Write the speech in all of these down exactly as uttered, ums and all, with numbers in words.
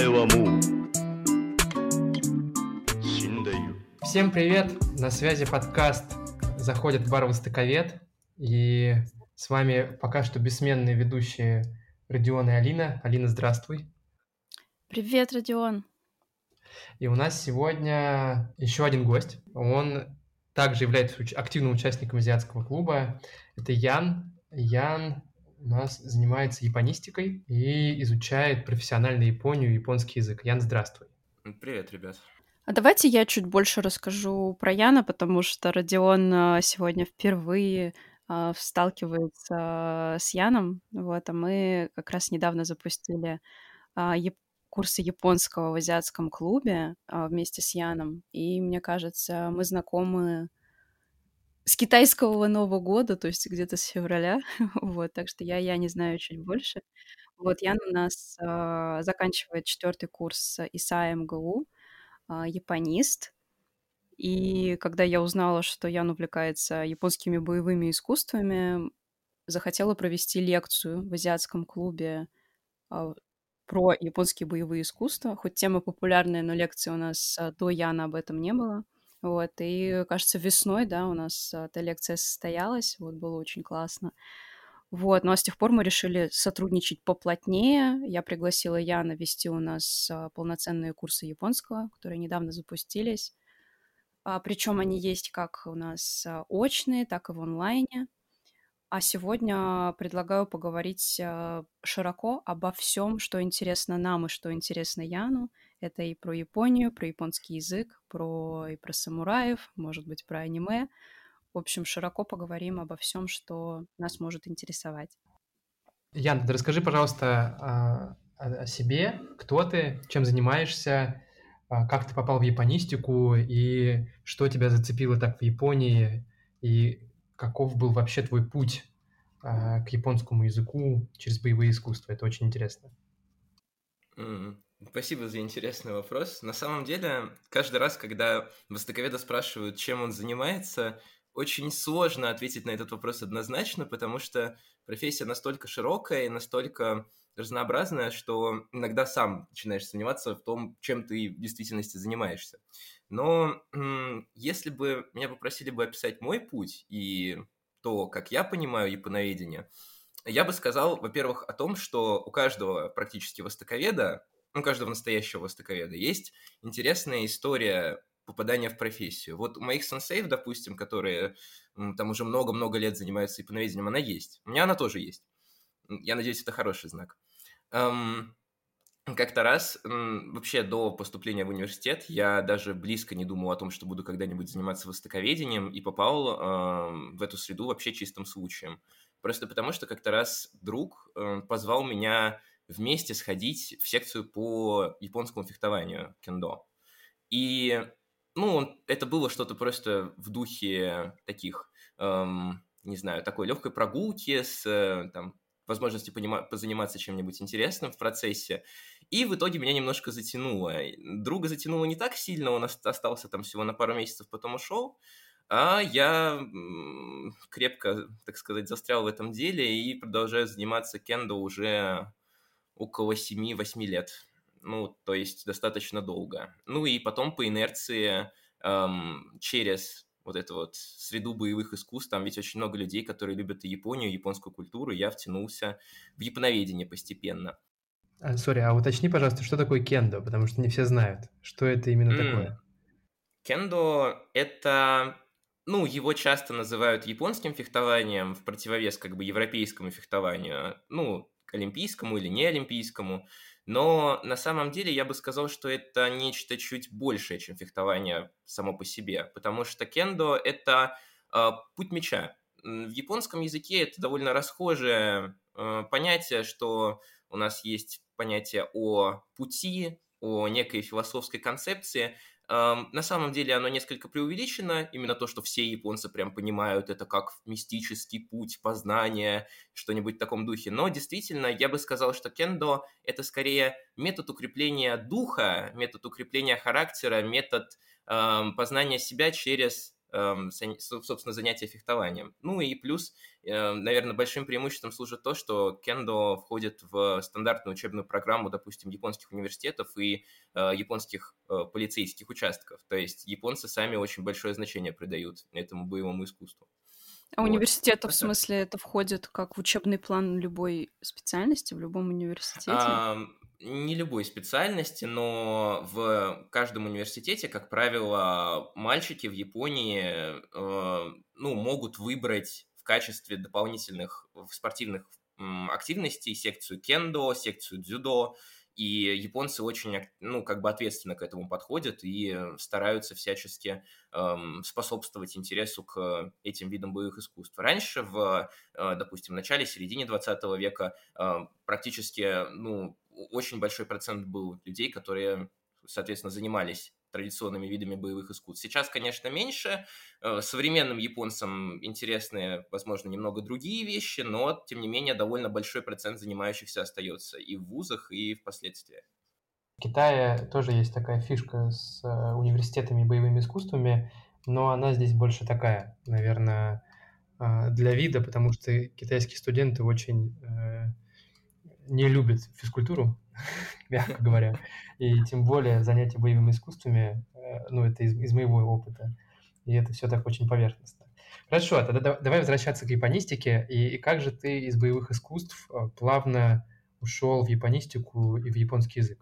はもう死んでいる。 Всем привет! На связи подкаст «Заходит в бар Востоковед». И с вами пока что бессменные ведущие Родион и Алина. Алина, здравствуй. Привет, Родион. И у нас сегодня еще один гость. Он также является уч- активным участником азиатского клуба. Это Ян. Ян у нас занимается японистикой и изучает профессионально Японию и японский язык. Ян, здравствуй. Привет, ребят. А давайте я чуть больше расскажу про Яна, потому что Родион а, сегодня впервые а, сталкивается с Яном. Вот, а мы как раз недавно запустили а, яп- курсы японского в азиатском клубе а, вместе с Яном. И мне кажется, мы знакомы с китайского Нового года, то есть где-то с февраля. Вот, так что я, я не знаю чуть больше. Вот Ян у нас а, заканчивает четвертый курс ИСА МГУ, а, японист. И когда я узнала, что Ян увлекается японскими боевыми искусствами, захотела провести лекцию в азиатском клубе а, про японские боевые искусства. Хоть тема популярная, но лекции у нас а, до Яна об этом не было. Вот, и, кажется, весной, да, у нас а, эта лекция состоялась, вот, было очень классно. Вот, ну а с тех пор мы решили сотрудничать поплотнее. Я пригласила Яна вести у нас а, полноценные курсы японского, которые недавно запустились. А, причем они есть как у нас а, очные, так и в онлайне. А сегодня предлагаю поговорить а, широко обо всем, что интересно нам и что интересно Яну. Это и про Японию, про японский язык, про и про самураев, может быть, про аниме. В общем, широко поговорим обо всем, что нас может интересовать. Ян, ты расскажи, пожалуйста, а, о о себе, кто ты, чем занимаешься, а, как ты попал в японистику и что тебя зацепило так в Японии, и каков был вообще твой путь а, к японскому языку через боевые искусства. Это очень интересно. М, Спасибо за интересный вопрос. На самом деле, каждый раз, когда востоковеда спрашивают, чем он занимается, очень сложно ответить на этот вопрос однозначно, потому что профессия настолько широкая и настолько разнообразная, что иногда сам начинаешь сомневаться в том, чем ты в действительности занимаешься. Но м, если бы меня попросили бы описать мой путь и то, как я понимаю японоведение, я бы сказал, во-первых, о том, что у каждого практически востоковеда, у каждого настоящего востоковеда есть интересная история попадания в профессию. Вот у моих сенсеев, допустим, которые м, там уже много-много лет занимаются японоведением, она есть. У меня она тоже есть. М, Я надеюсь, это хороший знак. Эм, Как-то раз, м, вообще до поступления в университет, я даже близко не думал о том, что буду когда-нибудь заниматься востоковедением, и попал эм, в эту среду вообще чистым случаем. Просто потому, что как-то раз друг э, позвал меня вместе сходить в секцию по японскому фехтованию кендо. И, ну, он- это было что-то просто в духе таких, эм, не знаю, такой легкой прогулки с э, там, возможностью понима- позаниматься чем-нибудь интересным в процессе. И в итоге меня немножко затянуло. И Друга затянуло не так сильно, он ост- остался там всего на пару месяцев, потом ушел. А я м, крепко, так сказать, застрял в этом деле и продолжаю заниматься кендо уже около семи-восьми лет. Ну, то есть достаточно долго. Ну и потом по инерции эм, через вот эту вот среду боевых искусств, там ведь очень много людей, которые любят и Японию, и японскую культуру, я втянулся в японоведение постепенно. А, Сори, а уточни, пожалуйста, что такое кендо, потому что не все знают, что это именно М, такое. Кендо — это, ну, его часто называют японским фехтованием в противовес как бы европейскому фехтованию, ну, к олимпийскому или неолимпийскому, но на самом деле я бы сказал, что это нечто чуть большее, чем фехтование само по себе, потому что кендо — это э, путь меча. М, В японском языке это довольно расхожее э, понятие, что у нас есть понятие о пути, о некой философской концепции. Ам, На самом деле оно несколько преувеличено, именно то, что все японцы прям понимают это как мистический путь познания, что-нибудь в таком духе. Но действительно, я бы сказал, что кендо — это скорее метод укрепления духа, метод укрепления характера, метод ам, познания себя через эм, зан- со- собственно, занятия фехтованием. Ну и плюс, э, наверное, большим преимуществом служит то, что кендо входит в стандартную учебную программу, допустим, японских университетов и э, японских э, полицейских участков. То есть японцы сами очень большое значение придают этому боевому искусству. А Вот. университета, в смысле, это входит как в учебный план любой специальности в любом университете? А, не любой специальности, но в каждом университете, как правило, мальчики в Японии э, ну, могут выбрать в качестве дополнительных в спортивных м, активностей секцию кендо, секцию дзюдо, и японцы очень ак- ну, как бы ответственно к этому подходят и стараются всячески эм, способствовать интересу к этим видам боевых искусств. Раньше, в, э, допустим, начале-середине двадцатого века э, практически, ну, очень большой процент был людей, которые, соответственно, занимались традиционными видами боевых искусств. Сейчас, конечно, меньше. Э, Современным японцам интересны, возможно, немного другие вещи, но, тем не менее, довольно большой процент занимающихся остается и в вузах, и впоследствии. В Китае тоже есть такая фишка с э, университетами и боевыми искусствами, но она здесь больше такая, наверное, э, для вида, потому что китайские студенты очень э, не любят физкультуру, мягко говоря, и тем более занятия боевыми искусствами, э, ну, это из, из моего опыта, и это все так очень поверхностно. Хорошо, тогда да- давай возвращаться к японистике, и, и как же ты из боевых искусств э, плавно ушел в японистику и в японский язык?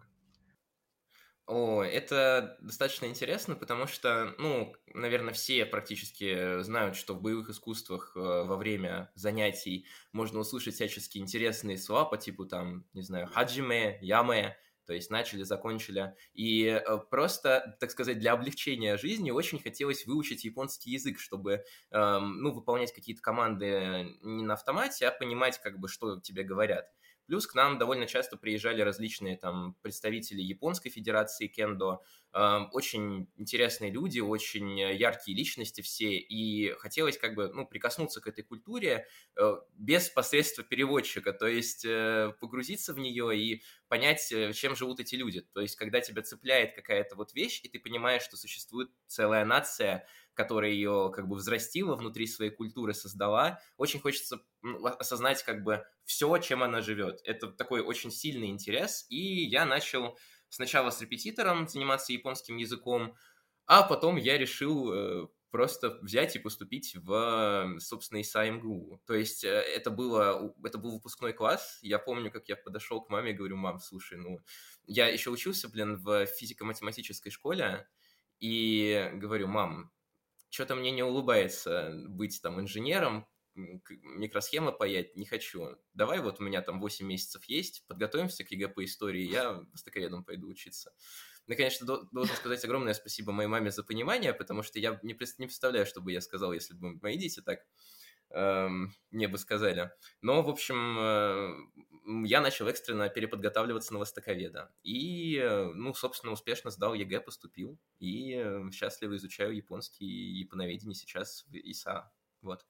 О, это достаточно интересно, потому что, ну, наверное, все практически знают, что в боевых искусствах э, во время занятий можно услышать всяческие интересные слова по типу там, не знаю, хаджиме, яме, то есть начали, закончили. И э, просто, так сказать, для облегчения жизни очень хотелось выучить японский язык, чтобы, эм, ну, выполнять какие-то команды не на автомате, а понимать, как бы, что тебе говорят. Плюс к нам довольно часто приезжали различные там представители Японской Федерации кендо, э, очень интересные люди, очень яркие личности все, и хотелось как бы, ну, прикоснуться к этой культуре э, без посредства переводчика, то есть э, погрузиться в нее и понять, э, чем живут эти люди. То есть когда тебя цепляет какая-то вот вещь, и ты понимаешь, что существует целая нация, которая ее как бы взрастила внутри своей культуры, создала, очень хочется м, осознать как бы все, чем она живет. Это такой очень сильный интерес, и я начал сначала с репетитором заниматься японским языком, а потом я решил э, просто взять и поступить в, собственно, ИСА МГУ. То есть э, это, было, это был выпускной класс. Я помню, как я подошел к маме и говорю: мам, слушай, ну, я еще учился, блин, в физико-математической школе, и говорю: мам, что-то мне не улыбается быть там инженером, м, к- микросхемы паять не хочу. Давай вот у меня там восемь месяцев есть, подготовимся к ЕГЭ по истории, я востоковедом пойду учиться. Ну, конечно, до- должен сказать огромное спасибо моей маме за понимание, потому что я не, прес- не представляю, что бы я сказал, если бы мои дети так эм, мне бы сказали. Но, в общем, э, м, я начал экстренно переподготавливаться на востоковеда. И, э, ну, собственно, успешно сдал ЕГЭ, поступил. И э, счастливо изучаю японский и японоведение сейчас в ИСА. Вот.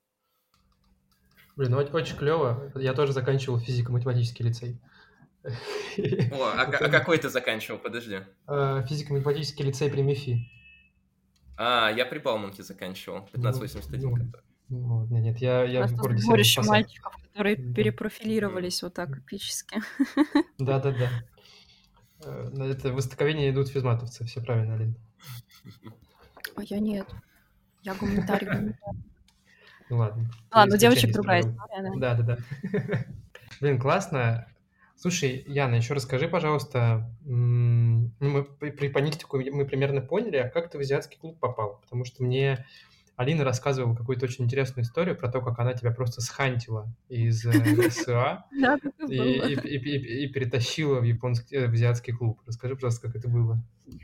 Блин, ну, о- очень клево. Я тоже заканчивал физико-математический лицей. О, а, ка- а Это какой ты заканчивал? Подожди. э, физико-математический лицей при МИФИ. А, я при Бауманке заканчивал. пятнадцать Ну, восемьдесят один, ну, который. ну вот, нет, нет, я, У я нас в тут городе Северных сборище Спасах. мальчиков, которые Да. перепрофилировались вот так эпически. Да, да, да. Э, На это востоковедение идут физматовцы, все правильно, Алин. А я нет. Я гуманитарий, гуманитарий. Ну ладно, ты Ладно, у девочек исключение из другая правил. история, да. Да, да, да. Блин, классно. Слушай, Яна, еще расскажи, пожалуйста, м, ну, мы при при японистику мы примерно поняли, а как ты в азиатский клуб попал? Потому что мне Алина рассказывала какую-то очень интересную историю про то, как она тебя просто схантила из э, СА Да, так и и, было. и, и, и- и перетащила в японский, э, в азиатский клуб. Расскажи, пожалуйста, как это было.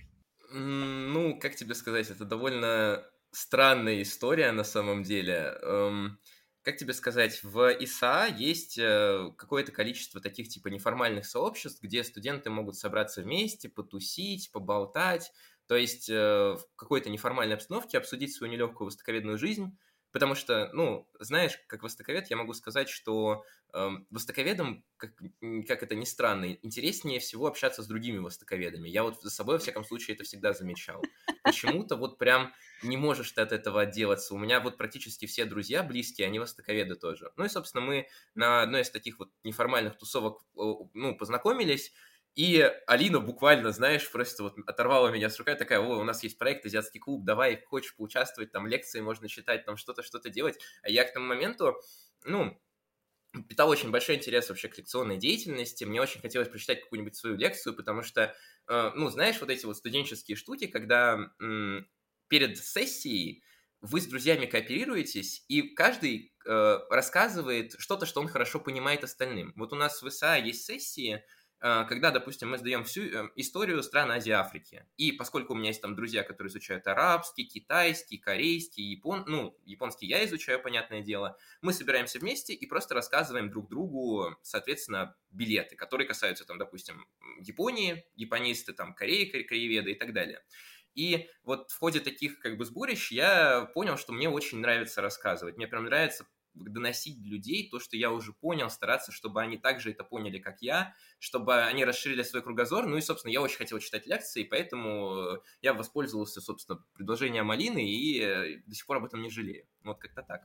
М, Ну, как тебе сказать, это довольно странная история на самом деле. Эм, Как тебе сказать, в ИСА есть э, какое-то количество таких типа неформальных сообществ, где студенты могут собраться вместе, потусить, поболтать, то есть э, в какой-то неформальной обстановке обсудить свою нелегкую востоковедную жизнь, Потому что, ну, знаешь, как востоковед я могу сказать, что э, востоковедам, как, как это ни странно, интереснее всего общаться с другими востоковедами. Я вот за собой, во всяком случае, это всегда замечал. Почему-то вот прям не можешь ты от этого отделаться. У меня вот практически все друзья близкие, они востоковеды тоже. Ну и, собственно, мы на одной из таких вот неформальных тусовок, ну, познакомились, и Алина буквально, знаешь, просто вот оторвала меня с рукой, такая: о, у нас есть проект «Азиатский клуб», давай, хочешь поучаствовать, там лекции можно читать, там что-то, что-то делать. А я к тому моменту, ну, питал очень большой интерес вообще к лекционной деятельности, мне очень хотелось прочитать какую-нибудь свою лекцию, потому что, э, ну, знаешь, вот эти вот студенческие штуки, когда м, перед сессией вы с друзьями кооперируетесь, и каждый э, рассказывает что-то, что он хорошо понимает остальным. Вот у нас в ИСА есть сессии, когда, допустим, мы сдаем всю историю стран Азии и Африки. И поскольку у меня есть там друзья, которые изучают арабский, китайский, корейский, япон... ну, японский я изучаю, понятное дело, мы собираемся вместе и просто рассказываем друг другу, соответственно, билеты, которые касаются, там, допустим, Японии, японисты, там, Кореи, корееведы и так далее. И вот в ходе таких как бы сборищ я понял, что мне очень нравится рассказывать. Мне прям нравится доносить до людей то, что я уже понял, стараться, чтобы они также это поняли, как я, чтобы они расширили свой кругозор. Ну и, собственно, я очень хотел читать лекции, поэтому я воспользовался, собственно, предложением Алины и до сих пор об этом не жалею. Вот как-то так.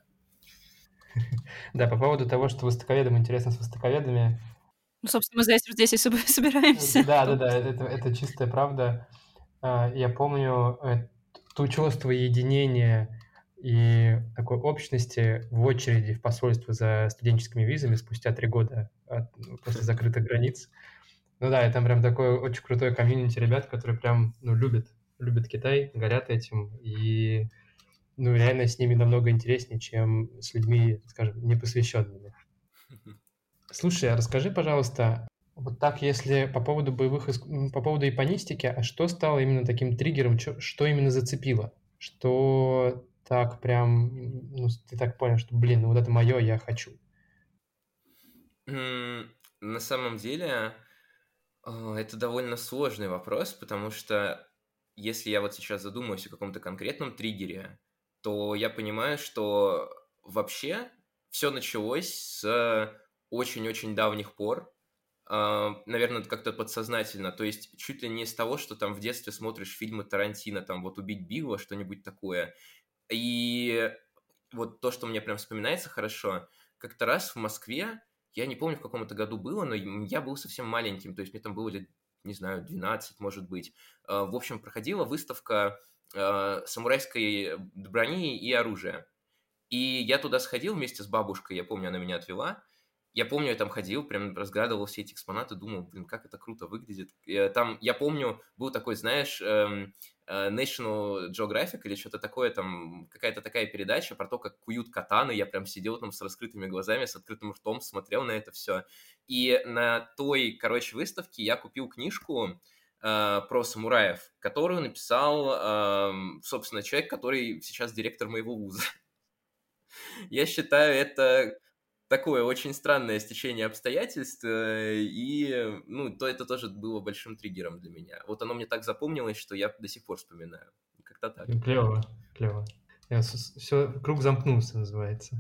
Да, по поводу того, что востоковедам интересно с востоковедами. Ну, собственно, мы здесь, здесь и собираемся. Да, да, да, это, это чистая правда. Я помню то чувство единения и такой общности в очереди в посольство за студенческими визами спустя три года от, после закрытых границ. Ну да, и там прям такое очень крутое комьюнити ребят, которые прям, ну, любят, любят Китай, горят этим, и, ну, реально с ними намного интереснее, чем с людьми, скажем, непосвященными. Слушай, а расскажи, пожалуйста, вот так, если по поводу боевых, иск... по поводу японистики, а что стало именно таким триггером, что, что именно зацепило? Что так прям, ну, ты так понял, что, блин, ну вот это мое, я хочу. На самом деле, это довольно сложный вопрос, потому что если я вот сейчас задумаюсь о каком-то конкретном триггере, то я понимаю, что вообще все началось с очень-очень давних пор, наверное, как-то подсознательно, то есть чуть ли не с того, что там в детстве смотришь фильмы Тарантино, там вот «Убить Билла», что-нибудь такое. И вот то, что мне прям вспоминается хорошо, как-то раз в Москве, я не помню, в каком это году было, но я был совсем маленьким, то есть мне там было лет, не знаю, двенадцать, может быть. В общем, проходила выставка самурайской брони и оружия. И я туда сходил вместе с бабушкой, я помню, она меня отвела. Я помню, я там ходил, прям разглядывал все эти экспонаты, думал, блин, как это круто выглядит. Там, я помню, был такой, знаешь, National Geographic или что-то такое, там какая-то такая передача про то, как куют катаны. Я прям сидел там с раскрытыми глазами, с открытым ртом, смотрел на это все. И на той, короче, выставке я купил книжку про самураев, которую написал, собственно, человек, который сейчас директор моего вуза. Я считаю, это такое очень странное стечение обстоятельств, и, ну, то это тоже было большим триггером для меня. Вот оно мне так запомнилось, что я до сих пор вспоминаю. Как-то так. Клево, клево. Все, круг замкнулся, называется.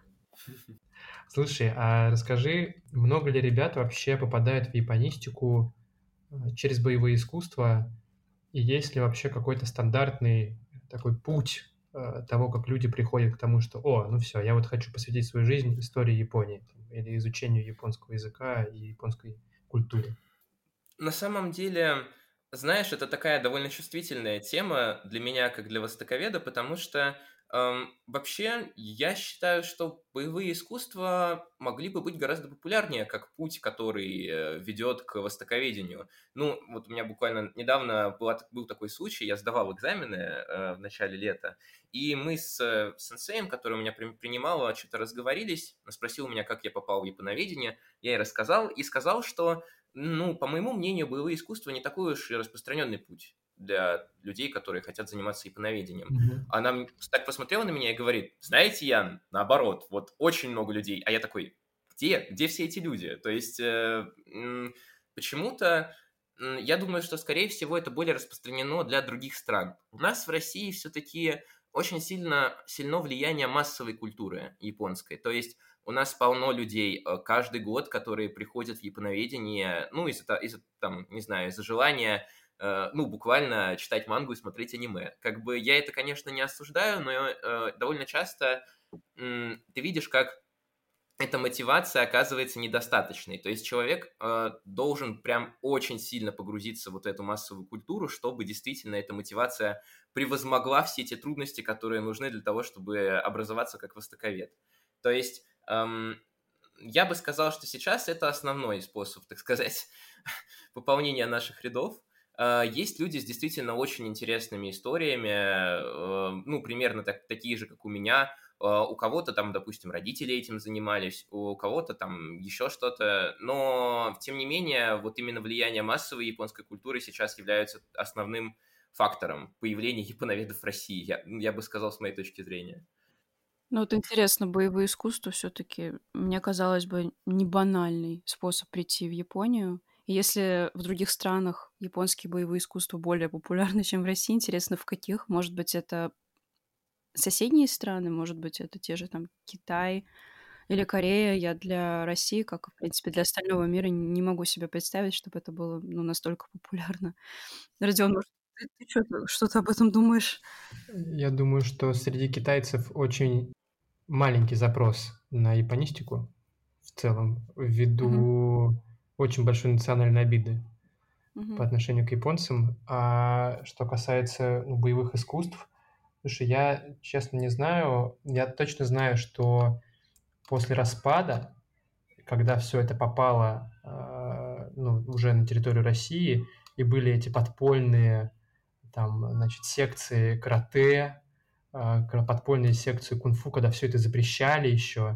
Слушай, а расскажи, много ли ребят вообще попадают в японистику через боевые искусства, и есть ли вообще какой-то стандартный такой путь того, как люди приходят к тому, что, о, ну все, я вот хочу посвятить свою жизнь истории Японии или изучению японского языка и японской культуры? На самом деле, знаешь, это такая довольно чувствительная тема для меня, как для востоковеда, потому что эм, вообще я считаю, что боевые искусства могли бы быть гораздо популярнее, как путь, который э, ведет к востоковедению. Ну, вот у меня буквально недавно была, был такой случай, я сдавал экзамены э, в начале лета, и мы с э, сенсеем, который меня при, принимал, что-то разговорились, он спросил меня, как я попал в японоведение, я ей рассказал, и сказал, что, ну, по моему мнению, боевые искусства не такой уж и распространенный путь для людей, которые хотят заниматься японоведением. Mm-hmm. Она так посмотрела на меня и говорит: знаете, Ян, наоборот, вот очень много людей. А я такой: где? Где все эти люди? То есть э, почему-то я думаю, что, скорее всего, это более распространено для других стран. У нас в России все-таки очень сильно сильно влияние массовой культуры японской. То есть у нас полно людей э, каждый год, которые приходят в японоведение, ну, из-за, из-за там, не знаю, из-за желания, э, ну, буквально читать мангу и смотреть аниме. Как бы я это, конечно, не осуждаю, но э, довольно часто м, ты видишь, как эта мотивация оказывается недостаточной. То есть человек э, должен прям очень сильно погрузиться в вот эту массовую культуру, чтобы действительно эта мотивация превозмогла все те трудности, которые нужны для того, чтобы образоваться как востоковед. То есть эм, я бы сказал, что сейчас это основной способ, так сказать, пополнения наших рядов. Э, Есть люди с действительно очень интересными историями, э, ну, примерно так, такие же, как у меня. Э, У кого-то там, допустим, родители этим занимались, у кого-то там еще что-то. Но, тем не менее, вот именно влияние массовой японской культуры сейчас является основным фактором появления японоведов в России, я, я бы сказал, с моей точки зрения. Ну, вот интересно, боевые искусства все-таки, мне казалось бы, не банальный способ прийти в Японию. И если в других странах японские боевые искусства более популярны, чем в России, интересно, в каких? Может быть, это соседние страны, может быть, это те же там Китай или Корея. Я для России, как, в принципе, для остального мира, не могу себе представить, чтобы это было, ну, настолько популярно. Родион, может, ты, ты чё-то- что-то об этом думаешь? Я думаю, что среди китайцев очень маленький запрос на японистику в целом, Мгм. ввиду очень большой национальной обиды по Мгм. отношению к японцам. А что касается, ну, боевых искусств, слушай, я честно не знаю. Я точно знаю, что после распада, когда все это попало, а, ну, уже на территорию России, и были эти подпольные там, значит, секции карате, а, кра- подпольные секции кунг-фу, когда все это запрещали еще.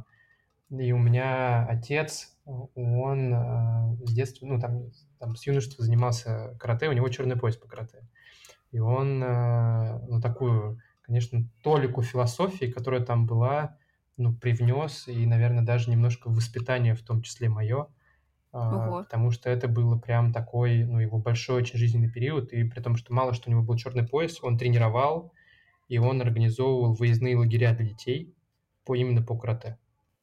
И у меня отец, он а, с детства, ну, там, там с юношества занимался карате, у него черный пояс по карате. И он, а, ну, такую, конечно, толику философии, которая там была, ну, привнес, и, наверное, даже немножко воспитание, в том числе мое, а, Ого. потому что это было прям такой, ну, его большой очень жизненный период, и при том, что мало что у него был черный пояс, он тренировал, и он организовывал выездные лагеря для детей по, именно по карате.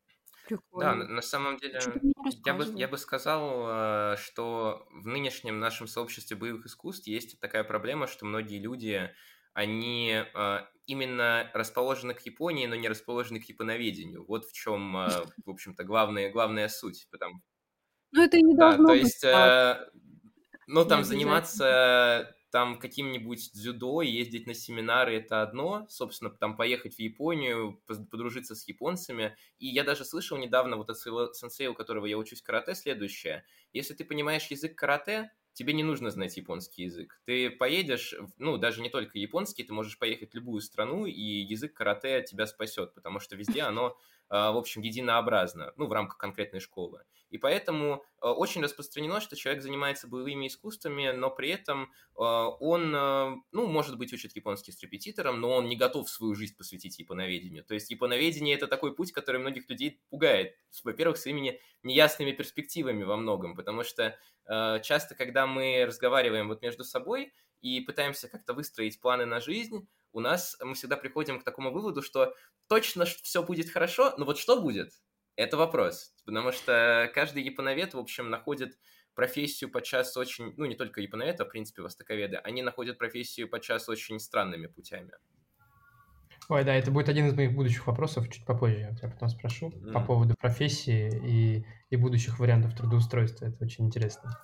Да, на Прикольно. на самом Что-то деле, мне не я бы, я рассказывал. бы сказал, э, что в нынешнем нашем сообществе боевых искусств есть такая проблема, что многие люди, они э, именно расположены к Японии, но не расположены к японоведению. Вот в чем, э, в общем-то, главная, главная суть. Потому, Ну, это и не да, то должно быть есть, так, э, ну, не там обязательно. заниматься там каким-нибудь дзюдо и ездить на семинары — это одно, собственно, там поехать в Японию, поз- подружиться с японцами. И я даже слышал недавно вот от своего сенсея, у которого я учусь карате, следующее. Если ты понимаешь язык карате, тебе не нужно знать японский язык. Ты поедешь, в- ну, даже не только японский, ты можешь поехать в любую страну, и язык карате тебя спасет, потому что везде оно, а, в общем, единообразно, ну, в рамках конкретной школы. И поэтому э, очень распространено, что человек занимается боевыми искусствами, но при этом э, он, э, ну, может быть, учит японский с репетитором, но он не готов свою жизнь посвятить японоведению. То есть японоведение — это такой путь, который многих людей пугает. Во-первых, своими неясными перспективами во многом, потому что э, часто, когда мы разговариваем вот между собой и пытаемся как-то выстроить планы на жизнь, у нас мы всегда приходим к такому выводу, что точно все будет хорошо, но вот что будет? Это вопрос, потому что каждый японовед, в общем, находит профессию подчас очень, ну, не только японовед, а, в принципе, востоковеды, они находят профессию подчас очень странными путями. Ой, да, это будет один из моих будущих вопросов, чуть попозже я тебя потом спрошу, по М. поводу профессии и, и будущих вариантов трудоустройства. Это очень интересно.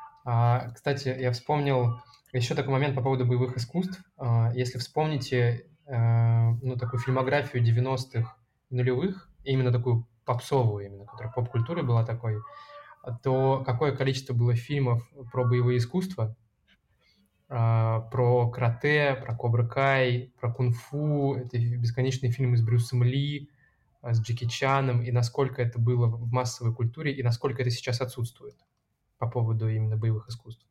А, кстати, я вспомнил еще такой момент по поводу боевых искусств. А, если вспомните, э, ну, такую фильмографию девяностых нулевых, именно такую попсовую, именно, которая поп-культурой была такой, то какое количество было фильмов про боевые искусства, а, про карате, про Кобра Кай, про кунг-фу, это бесконечные фильмы с Брюсом Ли, а, с Джеки Чаном, и насколько это было в массовой культуре, и насколько это сейчас отсутствует по поводу именно боевых искусств.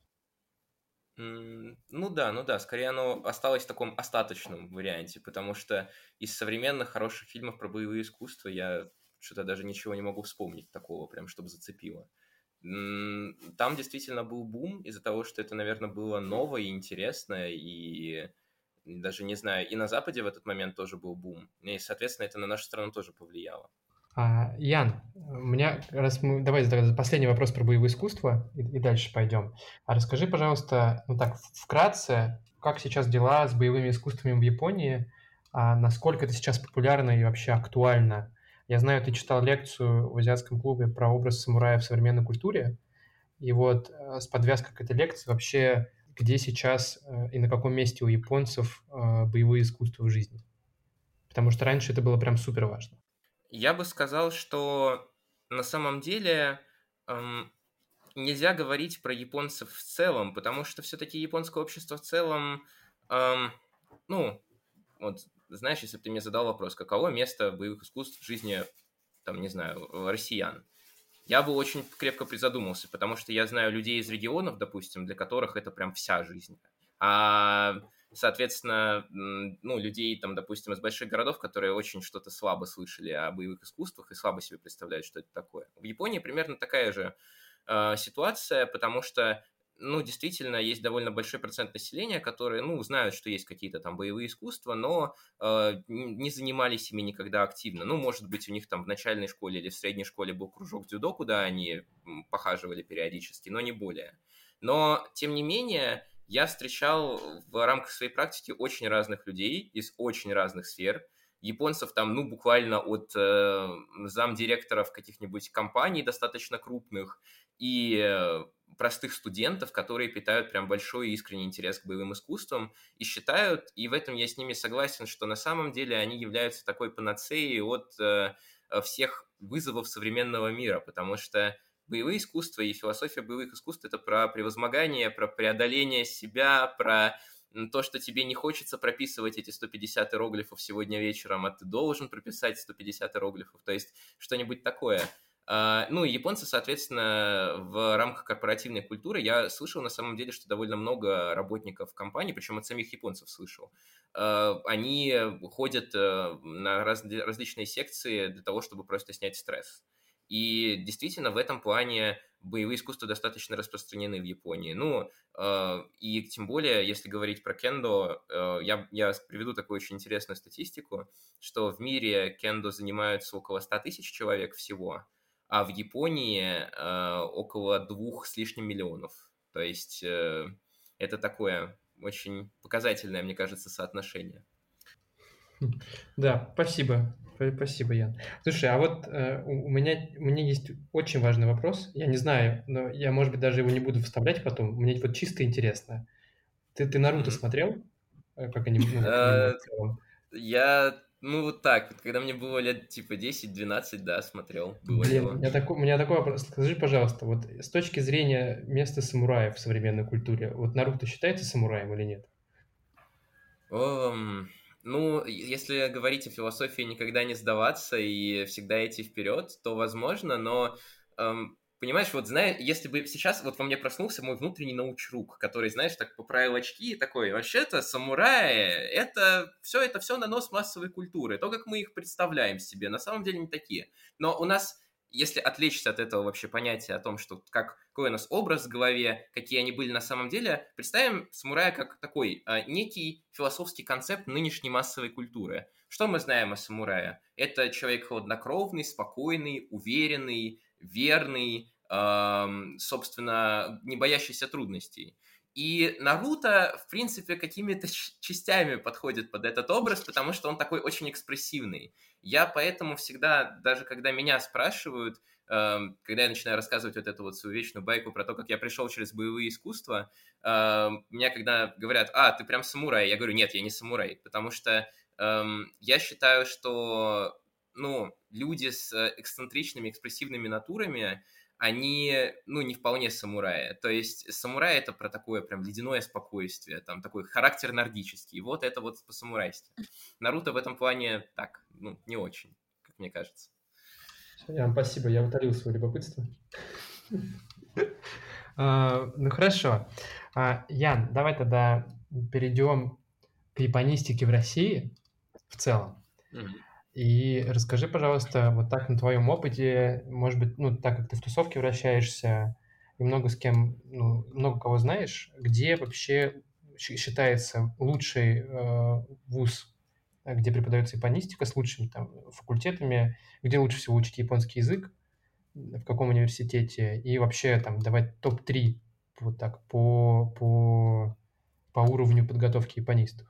М, Ну да, ну да, скорее оно осталось в таком остаточном варианте, потому что из современных хороших фильмов про боевые искусства я что-то даже ничего не могу вспомнить такого, прям чтобы зацепило. М, Там действительно был бум из-за того, что это, наверное, было ново и интересно, и даже не знаю, и на Западе в этот момент тоже был бум. И, соответственно, это на нашу страну тоже повлияло. А, Ян, у меня, раз мы, давай тогда последний вопрос про боевое искусство и, и дальше пойдем. А расскажи, пожалуйста, ну так, вкратце, как сейчас дела с боевыми искусствами в Японии, а насколько это сейчас популярно и вообще актуально? Я знаю, ты читал лекцию в азиатском клубе про образ самурая в современной культуре, и вот э, с подвязкой к этой лекции вообще, где сейчас э, и на каком месте у японцев э, боевые искусства в жизни? Потому что раньше это было прям супер важно. Я бы сказал, что на самом деле эм, нельзя говорить про японцев в целом, потому что все-таки японское общество в целом, эм, ну, вот, знаешь, если бы ты мне задал вопрос, каково место боевых искусств в жизни, там, не знаю, россиян, я бы очень крепко призадумался, потому что я знаю людей из регионов, допустим, для которых это прям вся жизнь. А, соответственно, ну, людей, там, допустим, из больших городов, которые очень что-то слабо слышали о боевых искусствах и слабо себе представляют, что это такое. В Японии примерно такая же э, ситуация, потому что, ну, действительно, есть довольно большой процент населения, которые, ну, знают, что есть какие-то там боевые искусства, но э, не занимались ими никогда активно. Ну, может быть, у них там в начальной школе или в средней школе был кружок дзюдо, куда они похаживали периодически, но не более. Но, тем не менее, я встречал в рамках своей практики очень разных людей из очень разных сфер. Японцев там, ну, буквально от э, замдиректоров каких-нибудь компаний достаточно крупных и э, простых студентов, которые питают прям большой и искренний интерес к боевым искусствам и считают, и в этом я с ними согласен, что на самом деле они являются такой панацеей от э, всех вызовов современного мира, потому что боевые искусства и философия боевых искусств – это про превозмогание, про преодоление себя, про то, что тебе не хочется прописывать эти сто пятьдесят иероглифов сегодня вечером, а ты должен прописать сто пятьдесят иероглифов, то есть что-нибудь такое. Ну, и японцы, соответственно, в рамках корпоративной культуры, я слышал на самом деле, что довольно много работников компаний, причем от самих японцев слышал, они ходят на раз, различные секции для того, чтобы просто снять стресс. И действительно, в этом плане боевые искусства достаточно распространены в Японии. Ну, э, и тем более, если говорить про кендо, э, я, я приведу такую очень интересную статистику, что в мире кендо занимаются около ста тысяч человек всего, а в Японии э, около двух с лишним миллионов. То есть э, это такое очень показательное, мне кажется, соотношение. Да, спасибо. Спасибо, Ян. Слушай, а вот э, у меня, у меня есть очень важный вопрос. Я не знаю, но я, может быть, даже его не буду вставлять потом. Мне вот чисто интересно. Ты, ты Наруто Mm-hmm. смотрел? Как они, ну, аниме в целом? Я, ну, вот так, когда мне было лет, типа, десять-двенадцать, да, смотрел. Было Блин, дело. у меня, такой, у меня такой вопрос. Скажи, пожалуйста, вот с точки зрения места самураев в современной культуре, вот Наруто считается самураем или нет? Um, ну, если говорить о философии никогда не сдаваться и всегда идти вперед, то возможно, но... Um, Понимаешь, вот знаешь, если бы сейчас вот во мне проснулся мой внутренний научрук, который, знаешь, так поправил очки и такой, вообще-то самураи, это все, это все нанос массовой культуры, то, как мы их представляем себе, на самом деле не такие. Но у нас, если отвлечься от этого вообще понятия о том, что как, какой у нас образ в голове, какие они были на самом деле, представим самурая как такой а, некий философский концепт нынешней массовой культуры. Что мы знаем о самурае? Это человек хладнокровный, спокойный, уверенный, верный, э, собственно, не боящийся трудностей. И Наруто, в принципе, какими-то частями подходит под этот образ, потому что он такой очень экспрессивный. Я поэтому всегда, даже когда меня спрашивают, э, когда я начинаю рассказывать вот эту вот свою вечную байку про то, как я пришел через боевые искусства, э, меня когда говорят, а, ты прям самурай, я говорю, нет, я не самурай, потому что э, я считаю, что ну, люди с эксцентричными, экспрессивными натурами, они, ну, не вполне самураи. То есть самурай — это про такое прям ледяное спокойствие, там такой характер нордический. Вот это вот по-самурайски. Наруто в этом плане так, ну, не очень, как мне кажется. Ян, спасибо, я утолил свое любопытство. Ну, хорошо. Ян, давай тогда перейдем к японистике в России в целом. И расскажи, пожалуйста, вот так на твоем опыте, может быть, ну, так как ты в тусовке вращаешься и много с кем, ну, много кого знаешь, где вообще считается лучший э, вуз, где преподается японистика, с лучшими там факультетами, где лучше всего учить японский язык, в каком университете, и вообще там давать топ три вот так по, по, по уровню подготовки японистов.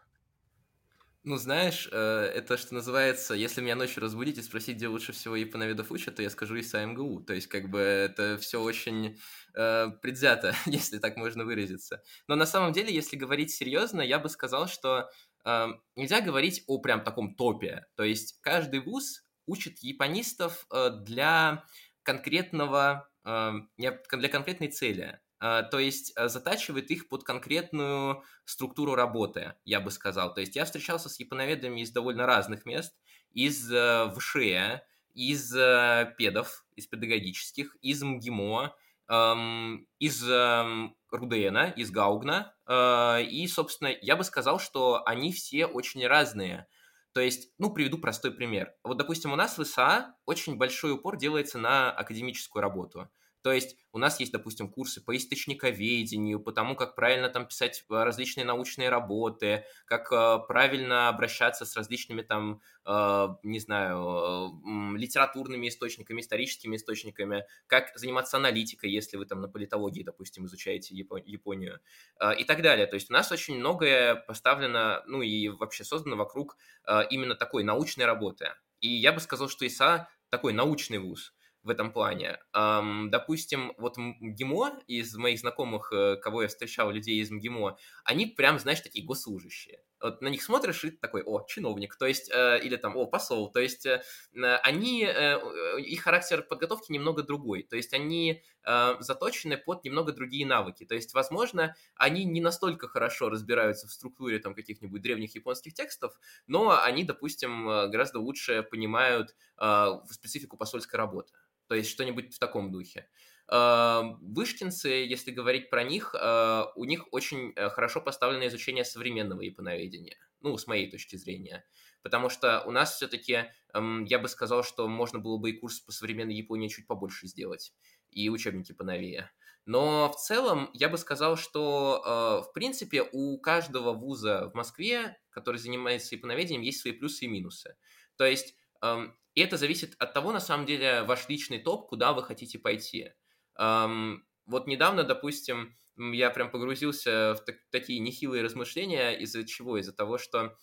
Ну, знаешь, э, это, что называется, если меня ночью разбудить и спросить, где лучше всего японоведов учат, то я скажу ИСА МГУ. То есть, как бы, это все очень э, предвзято, если так можно выразиться. Но на самом деле, если говорить серьезно, я бы сказал, что э, нельзя говорить о прям таком топе. То есть, каждый вуз учит японистов э, для конкретного, э, для конкретной цели. Uh, то есть uh, затачивает их под конкретную структуру работы, я бы сказал. То есть я встречался с японоведами из довольно разных мест, из uh, ВШЭ, из uh, педов, из педагогических, из МГИМО, um, из um, РУДНа, из Гаугна. Uh, и, собственно, я бы сказал, что они все очень разные. То есть, ну, приведу простой пример. Вот, допустим, у нас в ИСА очень большой упор делается на академическую работу. То есть у нас есть, допустим, курсы по источниковедению, по тому, как правильно там писать различные научные работы, как э, правильно обращаться с различными там, э, не знаю, э, литературными источниками, историческими источниками, как заниматься аналитикой, если вы там на политологии, допустим, изучаете Япо- Японию, э, и так далее. То есть у нас очень многое поставлено, ну и вообще создано вокруг э, именно такой научной работы. И я бы сказал, что ИСА такой научный вуз в этом плане. Um, допустим, вот МГИМО, из моих знакомых, кого я встречал, людей из МГИМО, они прям, знаешь, такие госслужащие. Вот на них смотришь и такой, о, чиновник, то есть, э, или там, о, посол, то есть э, они, э, их характер подготовки немного другой, то есть они э, заточены под немного другие навыки, то есть, возможно, они не настолько хорошо разбираются в структуре там каких-нибудь древних японских текстов, но они, допустим, гораздо лучше понимают э, специфику посольской работы. То есть что-нибудь в таком духе. Вышкинцы, если говорить про них, у них очень хорошо поставлено изучение современного японоведения, ну, с моей точки зрения. Потому что у нас все-таки, я бы сказал, что можно было бы и курс по современной Японии чуть побольше сделать, и учебники поновее. Но в целом я бы сказал, что, в принципе, у каждого вуза в Москве, который занимается японоведением, есть свои плюсы и минусы. То есть и это зависит от того, на самом деле, ваш личный топ, куда вы хотите пойти. Um, вот недавно, допустим, я прям погрузился в так, такие нехилые размышления, из-за чего? Из-за того, что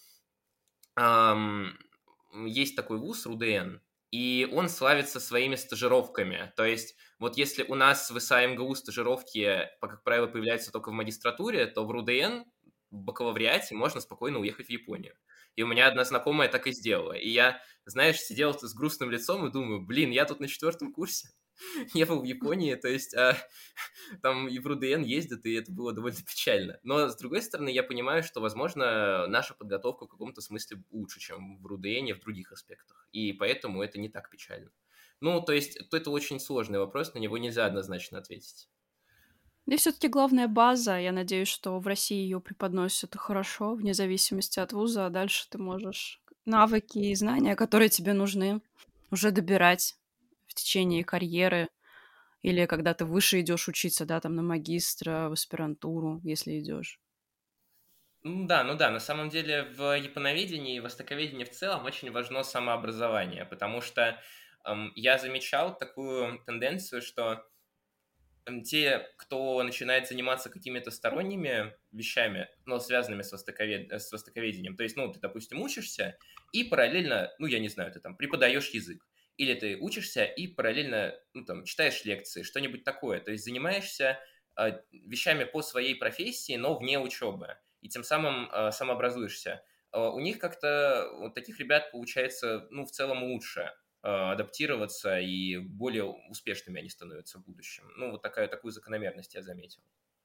um, есть такой вуз, РУДН, и он славится своими стажировками. То есть вот если у нас в ИСА МГУ стажировки, как правило, появляются только в магистратуре, то в РУДН, в бакалавриате можно спокойно уехать в Японию. И у меня одна знакомая так и сделала. И я, знаешь, сидел с грустным лицом и думаю, блин, я тут на четвертом курсе, я был в Японии, то есть а, там и в РУДН ездят, и это было довольно печально. Но, с другой стороны, я понимаю, что, возможно, наша подготовка в каком-то смысле лучше, чем в РУДН в других аспектах. И поэтому это не так печально. Ну, то есть, это очень сложный вопрос, на него нельзя однозначно ответить. Да и все-таки главная база. Я надеюсь, что в России ее преподносят хорошо, вне зависимости от вуза, а дальше ты можешь навыки и знания, которые тебе нужны, уже добирать в течение карьеры или когда ты выше идешь учиться, да, там на магистра, в аспирантуру, если идешь. Ну да, ну да, на самом деле в японоведении и востоковедении в целом очень важно самообразование, потому что эм, я замечал такую тенденцию, что те, кто начинает заниматься какими-то сторонними вещами, но связанными с, востоковед... с востоковедением, то есть, ну, ты, допустим, учишься и параллельно, ну, я не знаю, ты там преподаешь язык, или ты учишься и параллельно, ну, там, читаешь лекции, что-нибудь такое, то есть занимаешься э, вещами по своей профессии, но вне учебы, и тем самым э, самообразуешься. Э, у них как-то, у таких ребят получается, ну, в целом лучше адаптироваться, и более успешными они становятся в будущем. Ну, вот такая, такую закономерность я заметил.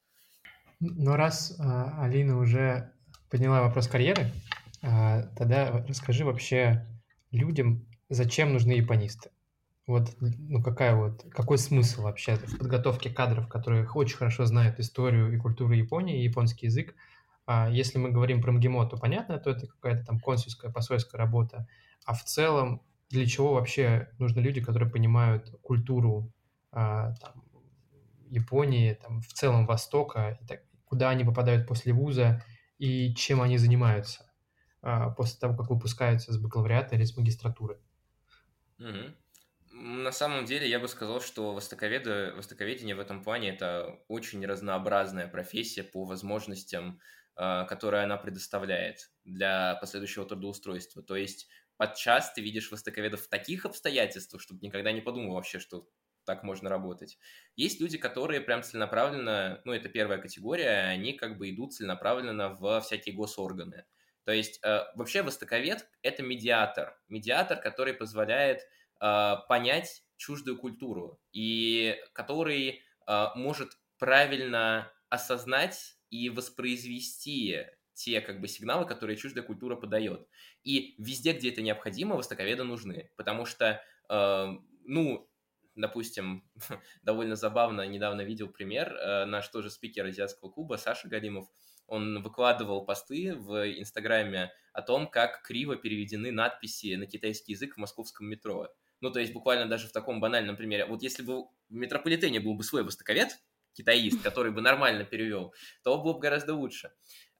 Но раз а, Алина уже подняла вопрос карьеры, а, тогда расскажи вообще людям, зачем нужны японисты? Вот, ну, какая вот, какой смысл вообще в подготовке кадров, которые очень хорошо знают историю и культуру Японии, и японский язык? А если мы говорим про МГИМО, то понятно, то это какая-то там консульская, посольская работа. А в целом, для чего вообще нужны люди, которые понимают культуру а, там, Японии, там, в целом Востока? И так, куда они попадают после вуза и чем они занимаются а, после того, как выпускаются с бакалавриата или с магистратуры. Мгм. На самом деле я бы сказал, что востоковеды, востоковедение в этом плане это очень разнообразная профессия по возможностям, а, которые она предоставляет для последующего трудоустройства. То есть подчас ты видишь востоковедов в таких обстоятельствах, чтобы никогда не подумал вообще, что так можно работать. Есть люди, которые прям целенаправленно, ну это первая категория, они как бы идут целенаправленно в всякие госорганы. То есть э, вообще востоковед – это медиатор. Медиатор, который позволяет э, понять чуждую культуру и который э, может правильно осознать и воспроизвести те как бы сигналы, которые чуждая культура подает. И везде, где это необходимо, востоковеды нужны, потому что, э, ну, допустим, довольно забавно, недавно видел пример, э, наш тоже спикер азиатского клуба Саша Галимов, он выкладывал посты в Инстаграме о том, как криво переведены надписи на китайский язык в московском метро. Ну, то есть буквально даже в таком банальном примере. Вот если бы в метрополитене был бы свой востоковед, китаист, который бы нормально перевел, то было бы гораздо лучше.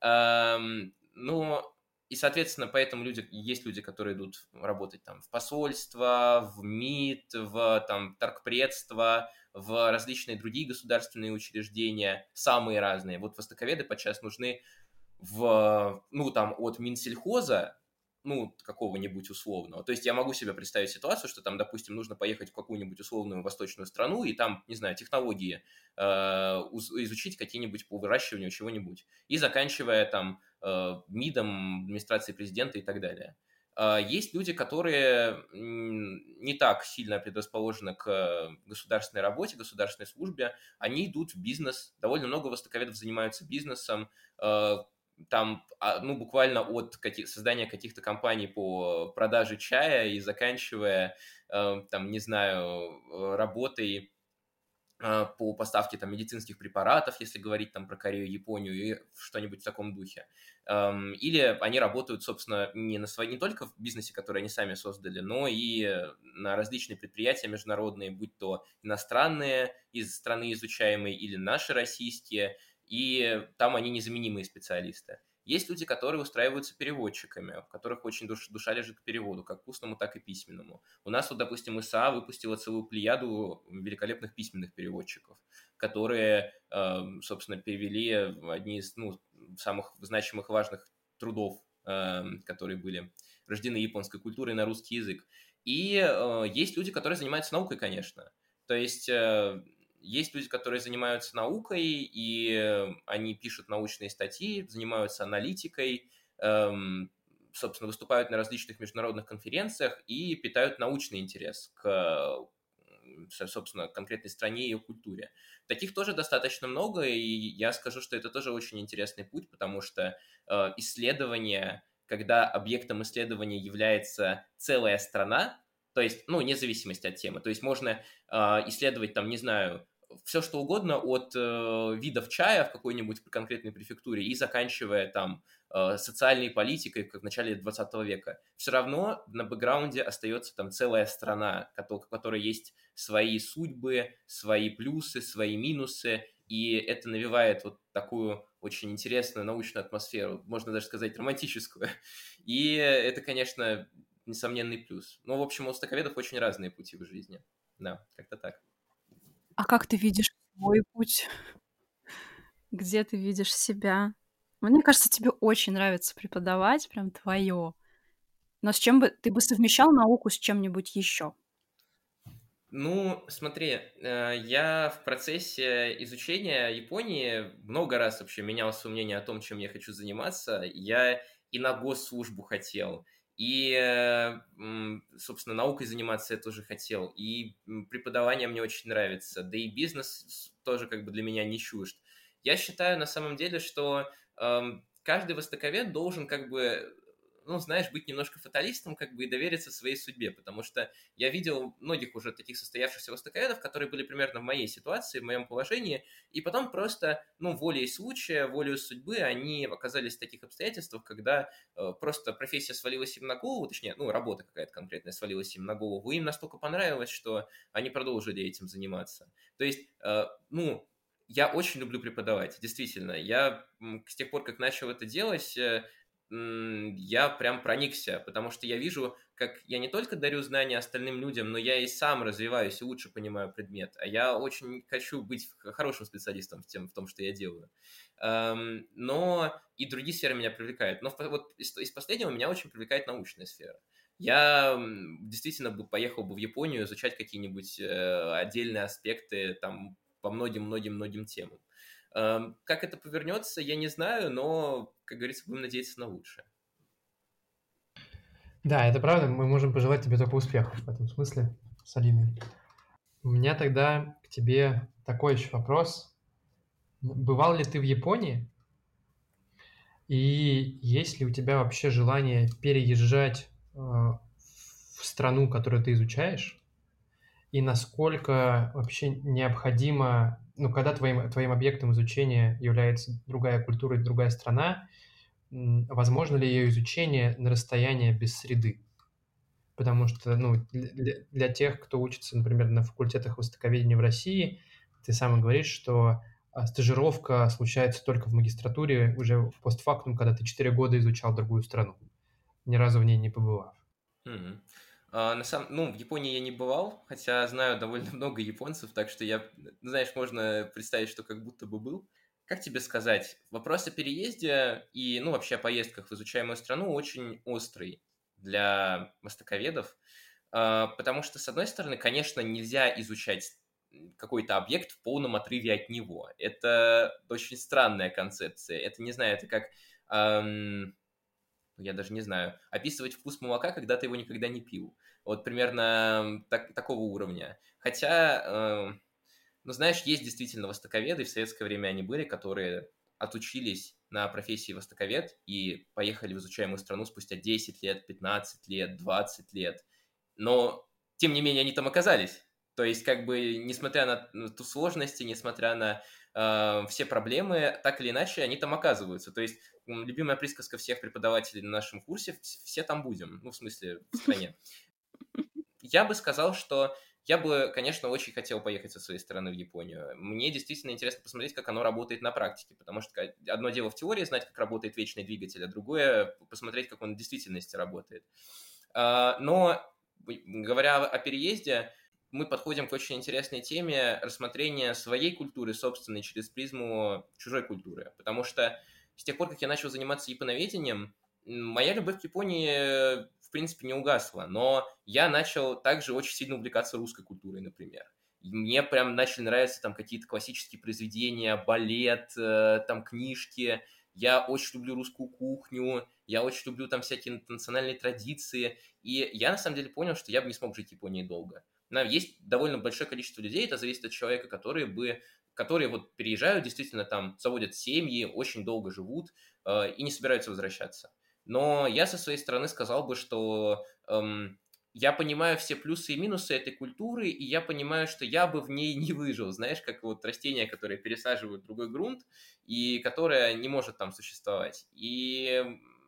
Эм, ну, и, соответственно, поэтому люди, есть люди, которые идут работать там в посольство, в МИД, в там торгпредство, в различные другие государственные учреждения, самые разные. Вот востоковеды подчас нужны в, ну, там, от Минсельхоза, ну, какого-нибудь условного. То есть я могу себе представить ситуацию, что там, допустим, нужно поехать в какую-нибудь условную восточную страну и там, не знаю, технологии э, изучить какие-нибудь по выращиванию чего-нибудь. И заканчивая там э, МИДом, администрацией президента и так далее. Есть люди, которые не так сильно предрасположены к государственной работе, государственной службе. Они идут в бизнес. Довольно много востоковедов занимаются бизнесом. Там, ну, буквально от каких, создания каких-то компаний по продаже чая и заканчивая, там, не знаю, работой по поставке там медицинских препаратов, если говорить там про Корею, Японию и что-нибудь в таком духе. Или они работают, собственно, не, на свои, не только в бизнесе, который они сами создали, но и на различные предприятия международные, будь то иностранные из страны изучаемые или наши российские, и там они незаменимые специалисты. Есть люди, которые устраиваются переводчиками, у которых очень душ, душа лежит к переводу, как устному, так и письменному. У нас вот, допустим, ИСА выпустила целую плеяду великолепных письменных переводчиков, которые, собственно, перевели одни из ну, самых значимых важных трудов, которые были рождены японской культурой на русский язык. И есть люди, которые занимаются наукой, конечно. То есть есть люди, которые занимаются наукой, и они пишут научные статьи, занимаются аналитикой, эм, собственно, выступают на различных международных конференциях и питают научный интерес к, собственно, конкретной стране и ее культуре. Таких тоже достаточно много, и я скажу, что это тоже очень интересный путь, потому что э, исследование, когда объектом исследования является целая страна, то есть, ну, вне зависимости от темы. То есть можно э, исследовать, там, не знаю, все что угодно от э, видов чая в какой-нибудь конкретной префектуре и заканчивая там э, социальной политикой, как в начале двадцатого века. Все равно на бэкграунде остается там целая страна, у которой есть свои судьбы, свои плюсы, свои минусы, и это навевает вот такую очень интересную научную атмосферу, можно даже сказать романтическую. И это, конечно, несомненный плюс. Ну, в общем, у востоковедов очень разные пути в жизни. Да, как-то так. А как ты видишь свой путь? Где ты видишь себя? Мне кажется, тебе очень нравится преподавать, прям твое. Но с чем бы ты бы совмещал науку с чем-нибудь еще? Ну, смотри, я в процессе изучения Японии много раз вообще менял свое мнение о том, чем я хочу заниматься. Я и на госслужбу хотел, и, собственно, наукой заниматься я тоже хотел, и преподавание мне очень нравится, да и бизнес тоже как бы для меня не чужд. Я считаю на самом деле, что каждый востоковед должен как бы ну, знаешь, быть немножко фаталистом, как бы, и довериться своей судьбе, потому что я видел многих уже таких состоявшихся востоковедов, которые были примерно в моей ситуации, в моем положении, и потом просто, ну, волей случая, волей судьбы они оказались в таких обстоятельствах, когда э, просто профессия свалилась им на голову, точнее, ну, работа какая-то конкретная свалилась им на голову, и им настолько понравилось, что они продолжили этим заниматься. То есть, э, ну, я очень люблю преподавать, действительно. Я с тех пор, как начал это делать, я прям проникся, потому что я вижу, как я не только дарю знания остальным людям, но я и сам развиваюсь и лучше понимаю предмет. А я очень хочу быть хорошим специалистом в, тем, в том, что я делаю. Но и другие сферы меня привлекают. Но вот из, из последнего меня очень привлекает научная сфера. Я действительно бы поехал бы в Японию изучать какие-нибудь отдельные аспекты там по многим-многим-многим темам. Как это повернется, я не знаю, но, как говорится, будем надеяться на лучшее. Да, это правда. Мы можем пожелать тебе только успехов в этом смысле с Алиной. У меня тогда к тебе такой еще вопрос. Бывал ли ты в Японии? И есть ли у тебя вообще желание переезжать э, в страну, которую ты изучаешь? И насколько вообще необходимо, ну, когда твоим, твоим объектом изучения является другая культура и другая страна, возможно ли ее изучение на расстоянии без среды? Потому что, ну, для, для тех, кто учится, например, на факультетах востоковедения в России, ты сам говоришь, что стажировка случается только в магистратуре, уже в постфактум, когда ты четыре года изучал другую страну, ни разу в ней не побывав. Mm-hmm. А, на самом, ну, в Японии я не бывал, хотя знаю довольно много японцев, так что я, знаешь, можно представить, что как будто бы был. Как тебе сказать, вопрос о переезде и, ну, вообще о поездках в изучаемую страну очень острый для востоковедов, потому что, с одной стороны, конечно, нельзя изучать какой-то объект в полном отрыве от него. Это очень странная концепция. Это, не знаю, это как... Эм, я даже не знаю, описывать вкус молока, когда ты его никогда не пил. Вот примерно так, такого уровня. Хотя, э, ну, знаешь, есть действительно востоковеды, в советское время они были, которые отучились на профессии востоковед и поехали в изучаемую страну спустя десять лет, пятнадцать лет, двадцать лет. Но, тем не менее, они там оказались. То есть, как бы, несмотря на ту сложность, несмотря на э, все проблемы, так или иначе, они там оказываются. То есть, любимая присказка всех преподавателей на нашем курсе, все там будем, ну, в смысле, в стране. Я бы сказал, что я бы, конечно, очень хотел поехать со своей стороны в Японию. Мне действительно интересно посмотреть, как оно работает на практике, потому что одно дело в теории знать, как работает вечный двигатель, а другое посмотреть, как он в действительности работает. Но, говоря о переезде, мы подходим к очень интересной теме рассмотрения своей культуры собственной через призму чужой культуры. Потому что с тех пор, как я начал заниматься японоведением, моя любовь к Японии, в принципе, не угасла. Но я начал также очень сильно увлекаться русской культурой, например. И мне прям начали нравиться там какие-то классические произведения, балет, там книжки. Я очень люблю русскую кухню, я очень люблю там всякие национальные традиции. И я, на самом деле, понял, что я бы не смог жить в Японии долго. Есть довольно большое количество людей, это зависит от человека, которые бы, которые вот переезжают, действительно там заводят семьи, очень долго живут э, и не собираются возвращаться. Но я со своей стороны сказал бы, что эм, я понимаю все плюсы и минусы этой культуры, и я понимаю, что я бы в ней не выжил, знаешь, как вот растение, которое пересаживают в другой грунт, и которое не может там существовать. И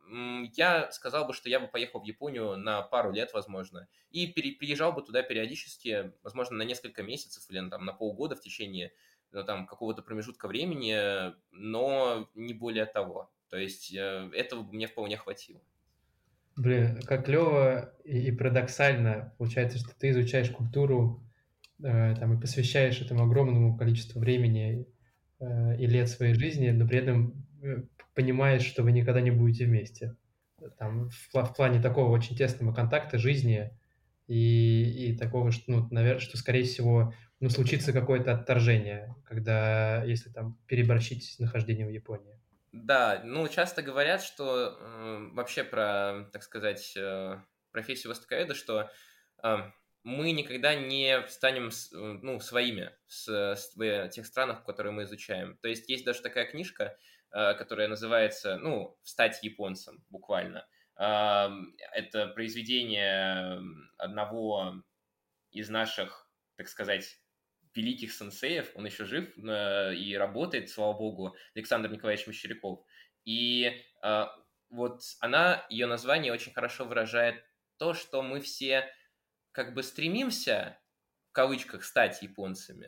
я сказал бы, что я бы поехал в Японию на пару лет, возможно, и пере- приезжал бы туда периодически, возможно, на несколько месяцев или там, на полгода в течение ну, там, какого-то промежутка времени, но не более того. То есть э, этого бы мне вполне хватило. Блин, как клево и, и парадоксально получается, что ты изучаешь культуру э, там, и посвящаешь этому огромному количеству времени э, и лет своей жизни, но при этом э, понимаешь, что вы никогда не будете вместе. Там, в, в плане такого очень тесного контакта жизни и, и такого, что, ну, наверное, что, скорее всего, ну, случится какое-то отторжение, когда, если там переборщить с нахождением в Японии. Да, ну, часто говорят, что э, вообще про, так сказать, э, профессию востоковеда, что э, мы никогда не станем с, ну, своими с, с, в тех странах, которые мы изучаем. То есть есть даже такая книжка, э, которая называется, ну, «Стать японцем», буквально. Э, это произведение одного из наших, так сказать, великих сенсеев, он еще жив э, и работает, слава богу, Александр Николаевич Мещеряков. И э, вот она, ее название очень хорошо выражает то, что мы все как бы стремимся, в кавычках, стать японцами,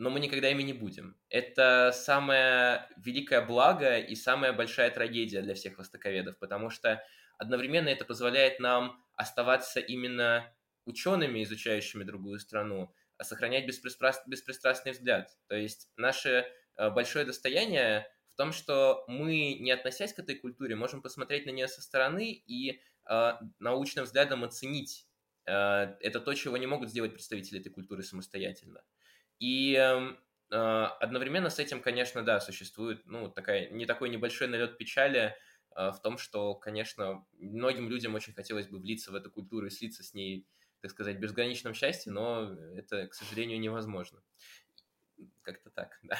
но мы никогда ими не будем. Это самое великое благо и самая большая трагедия для всех востоковедов, потому что одновременно это позволяет нам оставаться именно учеными, изучающими другую страну, а сохранять беспристраст... беспристрастный взгляд. То есть наше большое достояние в том, что мы, не относясь к этой культуре, можем посмотреть на нее со стороны и э, научным взглядом оценить. Э, это то, чего не могут сделать представители этой культуры самостоятельно. И э, одновременно с этим, конечно, да, существует ну, такая, не такой небольшой налет печали э, в том, что, конечно, многим людям очень хотелось бы влиться в эту культуру и слиться с ней, так сказать, в безграничном счастье, но это, к сожалению, невозможно. Как-то так, да.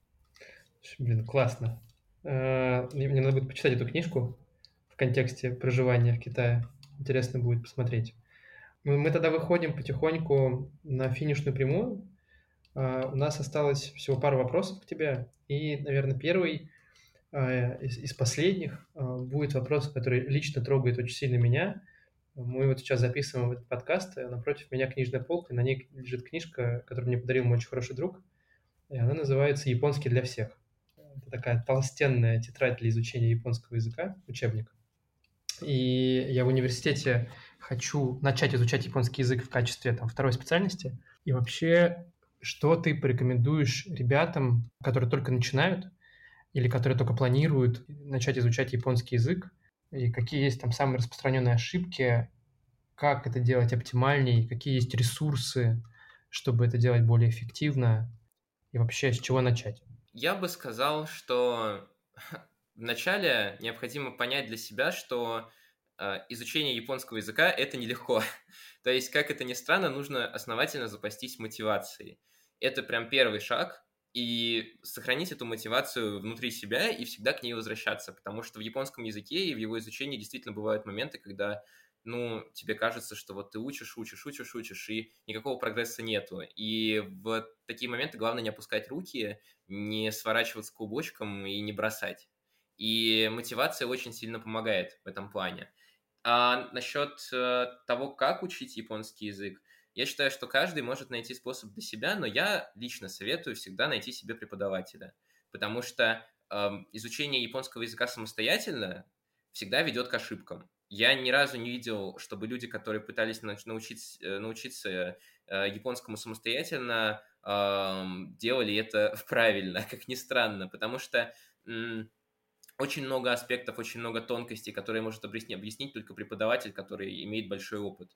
Блин, классно. Э, Мне мне надо будет почитать эту книжку в контексте проживания в Китае. Интересно будет посмотреть. Мы мы тогда выходим потихоньку на финишную прямую. А, У нас осталось всего пару вопросов к тебе. И, наверное, первый а, из, из последних а, будет вопрос, который лично трогает очень сильно меня. Мы вот сейчас записываем этот подкаст, а напротив меня книжная полка, и на ней лежит книжка, которую мне подарил мой очень хороший друг. И она называется «Японский для всех». Это такая толстенная тетрадь для изучения японского языка, учебник. И я в университете хочу начать изучать японский язык в качестве там, второй специальности. И вообще, что ты порекомендуешь ребятам, которые только начинают или которые только планируют начать изучать японский язык? И какие есть там самые распространенные ошибки, как это делать оптимальней, какие есть ресурсы, чтобы это делать более эффективно, и вообще с чего начать? Я бы сказал, что вначале необходимо понять для себя, что э, изучение японского языка – это нелегко. То есть, как это ни странно, нужно основательно запастись мотивацией. Это прям первый шаг, и сохранить эту мотивацию внутри себя и всегда к ней возвращаться, потому что в японском языке и в его изучении действительно бывают моменты, когда ну, тебе кажется, что вот ты учишь, учишь, учишь, учишь, и никакого прогресса нету. И в такие моменты главное не опускать руки, не сворачиваться клубочком и не бросать. И мотивация очень сильно помогает в этом плане. А насчет э, того, как учить японский язык, я считаю, что каждый может найти способ для себя, но я лично советую всегда найти себе преподавателя, потому что э, изучение японского языка самостоятельно всегда ведет к ошибкам. Я ни разу не видел, чтобы люди, которые пытались научиться, научиться э, японскому самостоятельно, э, делали это правильно, как ни странно, потому что м, очень много аспектов, очень много тонкостей, которые может объяснить, объяснить только преподаватель, который имеет большой опыт.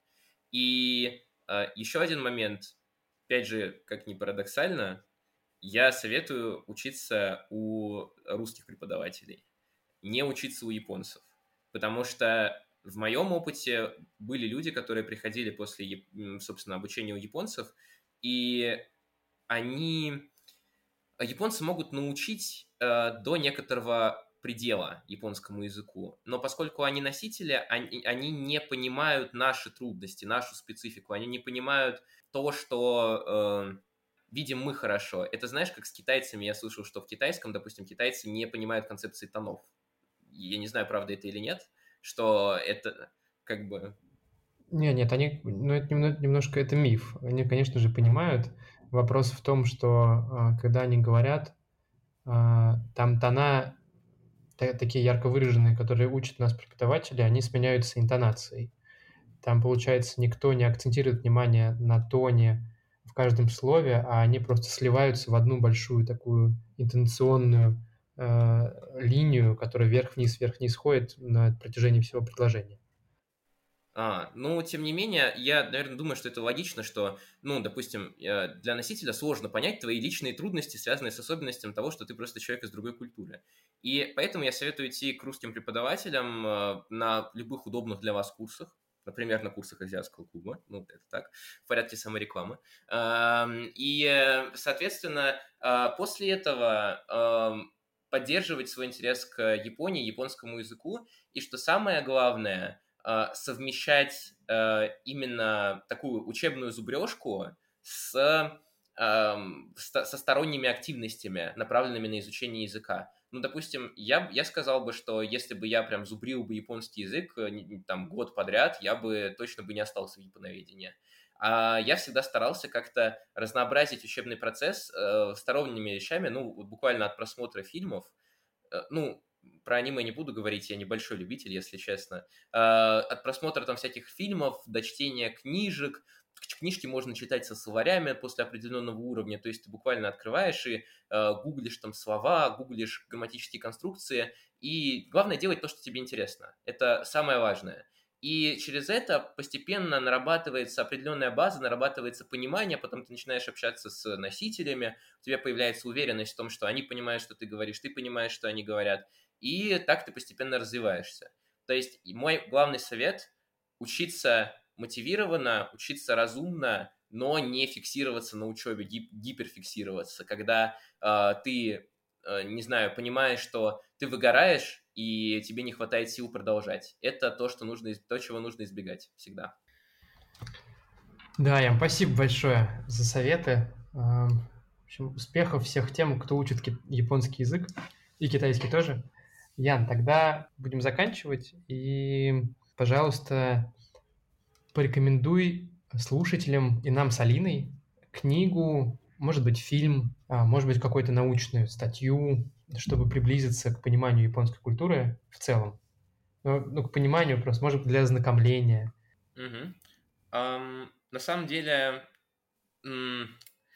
И э, еще один момент, опять же, как ни парадоксально, я советую учиться у русских преподавателей, не учиться у японцев. Потому что в моем опыте были люди, которые приходили после, собственно, обучения у японцев, и они... Японцы могут научить э, до некоторого предела японскому языку, но поскольку они носители, они, они не понимают наши трудности, нашу специфику, они не понимают то, что... Э, видим мы хорошо. Это знаешь, как с китайцами, я слышал, что в китайском, допустим, китайцы не понимают концепции тонов. Я не знаю, правда это или нет, что это как бы... Не, нет, они, ну, это немно- немножко это миф. Они, конечно же, понимают. Вопрос в том, что а, когда они говорят, а, там тона та- такие ярко выраженные, которые учат нас преподаватели, они сменяются интонацией. Там, получается, никто не акцентирует внимание на тоне в каждом слове, а они просто сливаются в одну большую такую интонационную э, линию, которая вверх-вниз, вверх-вниз ходит на протяжении всего предложения. А, ну, тем не менее, я, наверное, думаю, что это логично, что, ну, допустим, э, для носителя сложно понять твои личные трудности, связанные с особенностями того, что ты просто человек из другой культуры. И поэтому я советую идти к русским преподавателям э, на любых удобных для вас курсах, например, на курсах азиатского клуба, ну, это так, в порядке саморекламы. Эм, И, э, соответственно, э, после этого эм, поддерживать свой интерес к Японии, японскому языку, и, что самое главное, э, совмещать э, именно такую учебную зубрежку с, эм, ста- со сторонними активностями, направленными на изучение языка. Ну, допустим, я, б- я сказал бы, что если бы я прям зубрил бы японский язык э, не- не- там год подряд, я бы точно бы не остался в японоведении. А я всегда старался как-то разнообразить учебный процесс э, сторонними вещами, ну, вот буквально от просмотра фильмов. Э, ну, про аниме не буду говорить, я небольшой любитель, если честно. Э, от просмотра там всяких фильмов до чтения книжек. К- Книжки можно читать со словарями после определенного уровня, то есть ты буквально открываешь и э, гуглишь там слова, гуглишь грамматические конструкции, и главное делать то, что тебе интересно. Это самое важное. И через это постепенно нарабатывается определенная база, нарабатывается понимание, потом ты начинаешь общаться с носителями, у тебя появляется уверенность в том, что они понимают, что ты говоришь, ты понимаешь, что они говорят, и так ты постепенно развиваешься. То есть мой главный совет – учиться мотивированно, учиться разумно, но не фиксироваться на учебе, гип- гиперфиксироваться, когда э, ты, э, не знаю, понимаешь, что ты выгораешь, и тебе не хватает сил продолжать. Это то, что нужно, из- то, чего нужно избегать всегда. Да, Ян, спасибо большое за советы. Ам, В общем, успехов всех тем, кто учит ки- японский язык и китайский тоже. Ян, тогда будем заканчивать. И, пожалуйста, порекомендуй слушателям и нам с Алиной книгу, может быть, фильм, а, может быть, какую-то научную статью, чтобы приблизиться к пониманию японской культуры в целом. Ну, ну, к пониманию просто, может быть, для ознакомления. Мгм. Ам, на самом деле, м,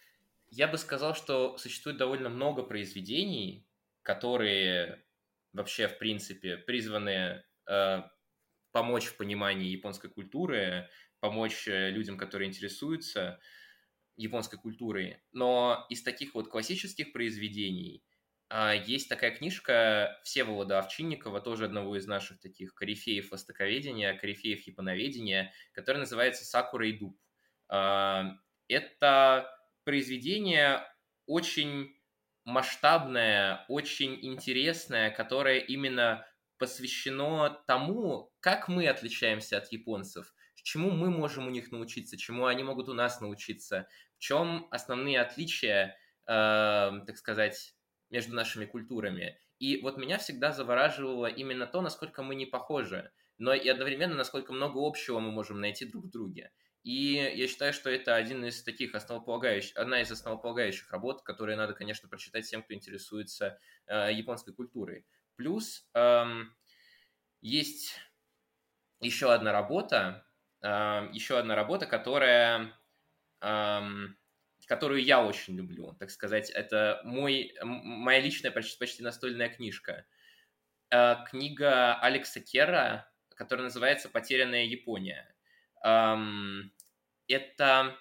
я бы сказал, что существует довольно много произведений, которые вообще, в принципе, призваны э, помочь в понимании японской культуры, помочь э, людям, которые интересуются японской культурой. Но из таких вот классических произведений а, есть такая книжка Всеволода Овчинникова, тоже одного из наших таких корифеев востоковедения, корифеев японоведения, которая называется «Сакура и дуб». А, Это произведение очень масштабное, очень интересное, которое именно посвящено тому, как мы отличаемся от японцев, чему мы можем у них научиться, чему они могут у нас научиться, в чем основные отличия, э, так сказать, между нашими культурами. И вот меня всегда завораживало именно то, насколько мы не похожи, но и одновременно, насколько много общего мы можем найти друг в друге. И я считаю, что это один из таких основополагающих, одна из основополагающих работ, которые надо, конечно, прочитать всем, кто интересуется э, японской культурой. Плюс эм, есть еще одна работа, э, еще одна работа, которая ам, которую я очень люблю, так сказать. Это мой, м- моя личная почти, почти настольная книжка. Э, Книга Алекса Керра, которая называется «Потерянная Япония». Ам, Это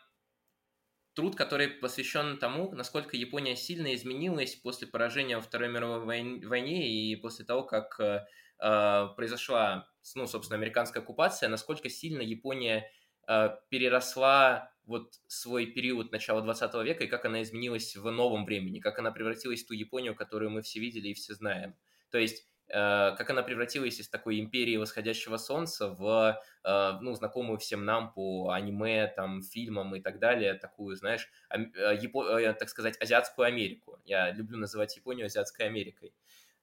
труд, который посвящен тому, насколько Япония сильно изменилась после поражения во Второй мировой войн- войне и после того, как э, э, произошла, ну, собственно, американская оккупация, насколько сильно Япония э, переросла вот свой период начала двадцатого века и как она изменилась в новом времени, как она превратилась в ту Японию, которую мы все видели и все знаем. То есть э, как она превратилась из такой империи восходящего солнца в э, ну, знакомую всем нам по аниме, там, фильмам и так далее, такую, знаешь, ам- э, Япо- э, так сказать, азиатскую Америку. Я люблю называть Японию азиатской Америкой.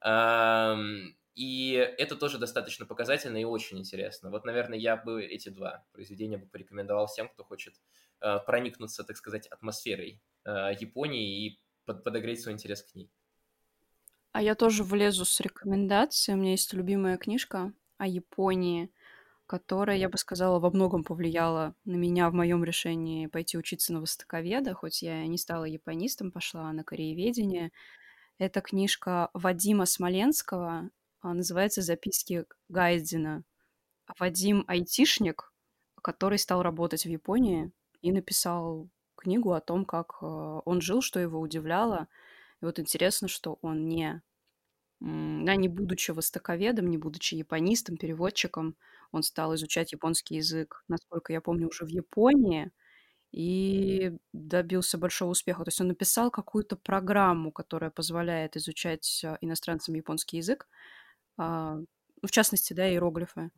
Ам, И это тоже достаточно показательно и очень интересно. Вот, наверное, я бы эти два произведения бы порекомендовал всем, кто хочет э, проникнуться, так сказать, атмосферой э, Японии и под- подогреть свой интерес к ней. А я тоже влезу с рекомендацией. У меня есть любимая книжка о Японии, которая, я бы сказала, во многом повлияла на меня в моем решении пойти учиться на востоковеда, хоть я и не стала японистом, пошла на корееведение. Это книжка Вадима Смоленского, а, называется «Записки Гайдзина». А Вадим айтишник, который стал работать в Японии и написал книгу о том, как э, он жил, что его удивляло. И вот интересно, что он не М, да, не будучи востоковедом, не будучи японистом, переводчиком, он стал изучать японский язык, насколько я помню, уже в Японии и добился большого успеха. То есть он написал какую-то программу, которая позволяет изучать а, иностранцам японский язык, а, ну, в частности, да, иероглифы.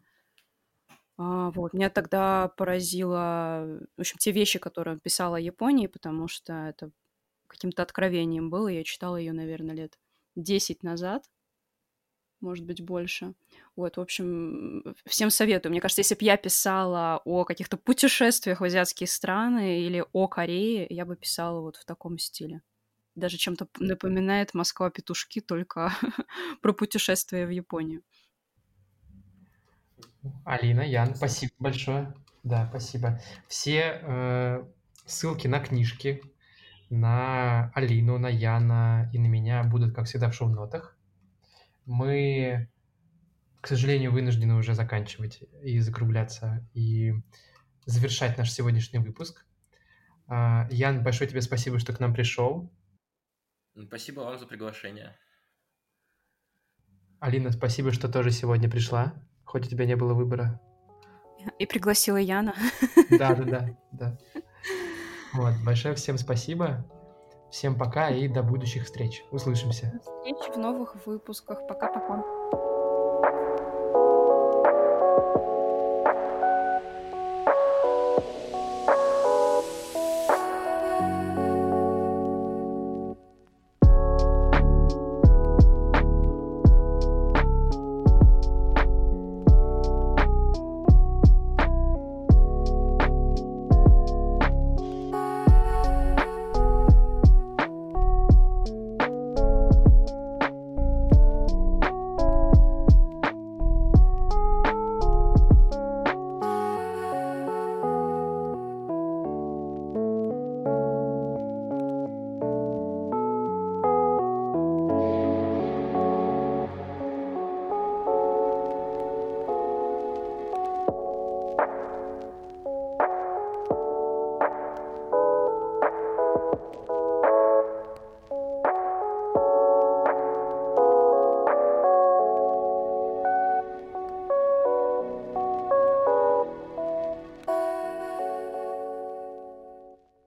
А, вот. Меня тогда поразило, в общем, те вещи, которые он писал о Японии, потому что это каким-то откровением было. Я читала ее, наверное, лет десять назад. может быть, больше. Вот, в общем, всем советую. Мне кажется, если бы я писала о каких-то путешествиях в азиатские страны или о Корее, я бы писала вот в таком стиле. Даже чем-то п- напоминает «Москва-петушки», только про путешествия в Японию. Алина, Ян, спасибо большое. Да, спасибо. Все э, ссылки на книжки, на Алину, на Яна и на меня будут, как всегда, в шоу-нотах. Мы, к сожалению, вынуждены уже заканчивать и закругляться, и завершать наш сегодняшний выпуск. А, Ян, большое тебе спасибо, что к нам пришел. Спасибо вам за приглашение. Алина, спасибо, что тоже сегодня пришла, хоть у тебя не было выбора. И пригласила Яна. Да, да, да, да. Вот, большое всем спасибо. Всем пока и до будущих встреч. Услышимся. До встречи в новых выпусках. Пока-пока.